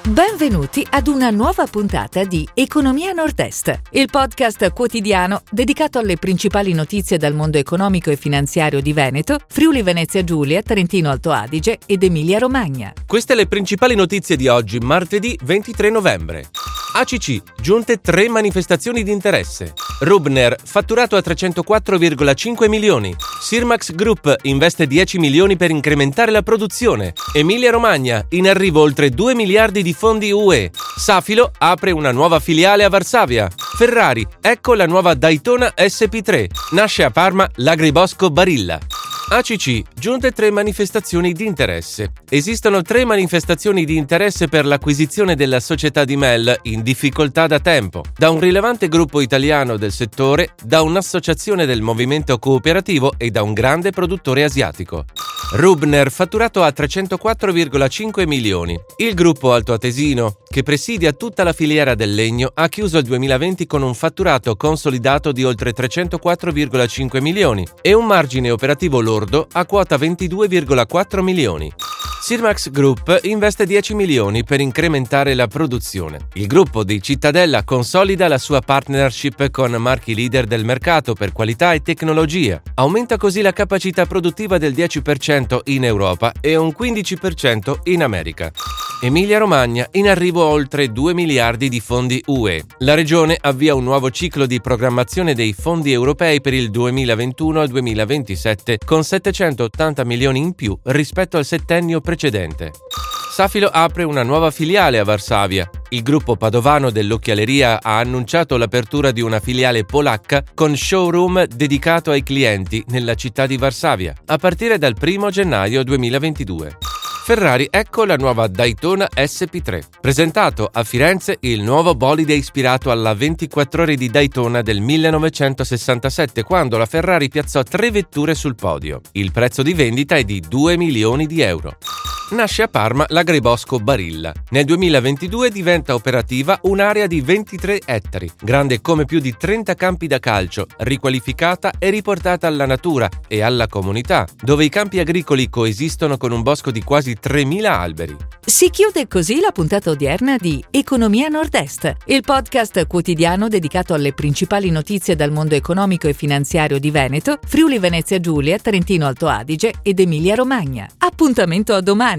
Benvenuti ad una nuova puntata di Economia Nord-Est, il podcast quotidiano dedicato alle principali notizie dal mondo economico e finanziario di Veneto, Friuli Venezia Giulia, Trentino Alto Adige ed Emilia Romagna. Queste le principali notizie di oggi, martedì 23 novembre. ACC, giunte 3 manifestazioni di interesse. Rubner, fatturato a 304,5 milioni. Sirmax Group investe 10 milioni per incrementare la produzione. Emilia Romagna, in arrivo oltre 2 miliardi di fondi UE. Safilo apre una nuova filiale a Varsavia. Ferrari, ecco la nuova Daytona SP3. Nasce a Parma l'Agribosco Barilla. ACC, giunte 3 manifestazioni di interesse. Esistono 3 manifestazioni di interesse per l'acquisizione della società di Mel in difficoltà da tempo, da un rilevante gruppo italiano del settore, da un'associazione del movimento cooperativo e da un grande produttore asiatico. Rubner, fatturato a 304,5 milioni. Il gruppo altoatesino, che presidia tutta la filiera del legno, ha chiuso il 2020 con un fatturato consolidato di oltre 304,5 milioni e un margine operativo lordo a quota 22,4 milioni. Sirmax Group investe 10 milioni per incrementare la produzione. Il gruppo di Cittadella consolida la sua partnership con marchi leader del mercato per qualità e tecnologia. Aumenta così la capacità produttiva del 10% in Europa e un 15% in America. Emilia Romagna, in arrivo oltre 2 miliardi di fondi UE. La regione avvia un nuovo ciclo di programmazione dei fondi europei per il 2021 al 2027 con 780 milioni in più rispetto al settennio precedente. Safilo apre una nuova filiale a Varsavia. Il gruppo padovano dell'occhialeria ha annunciato l'apertura di una filiale polacca con showroom dedicato ai clienti nella città di Varsavia, a partire dal 1 gennaio 2022. Ferrari, ecco la nuova Daytona SP3. Presentato a Firenze il nuovo bolide ispirato alla 24 ore di Daytona del 1967, quando la Ferrari piazzò 3 vetture sul podio. Il prezzo di vendita è di 2 milioni di euro. Nasce a Parma l'Agribosco Barilla. Nel 2022 diventa operativa un'area di 23 ettari, grande come più di 30 campi da calcio, riqualificata e riportata alla natura e alla comunità, dove i campi agricoli coesistono con un bosco di quasi 3.000 alberi. Si chiude così la puntata odierna di Economia Nord-Est, il podcast quotidiano dedicato alle principali notizie dal mondo economico e finanziario di Veneto, Friuli Venezia Giulia, Trentino Alto Adige ed Emilia Romagna. Appuntamento a domani!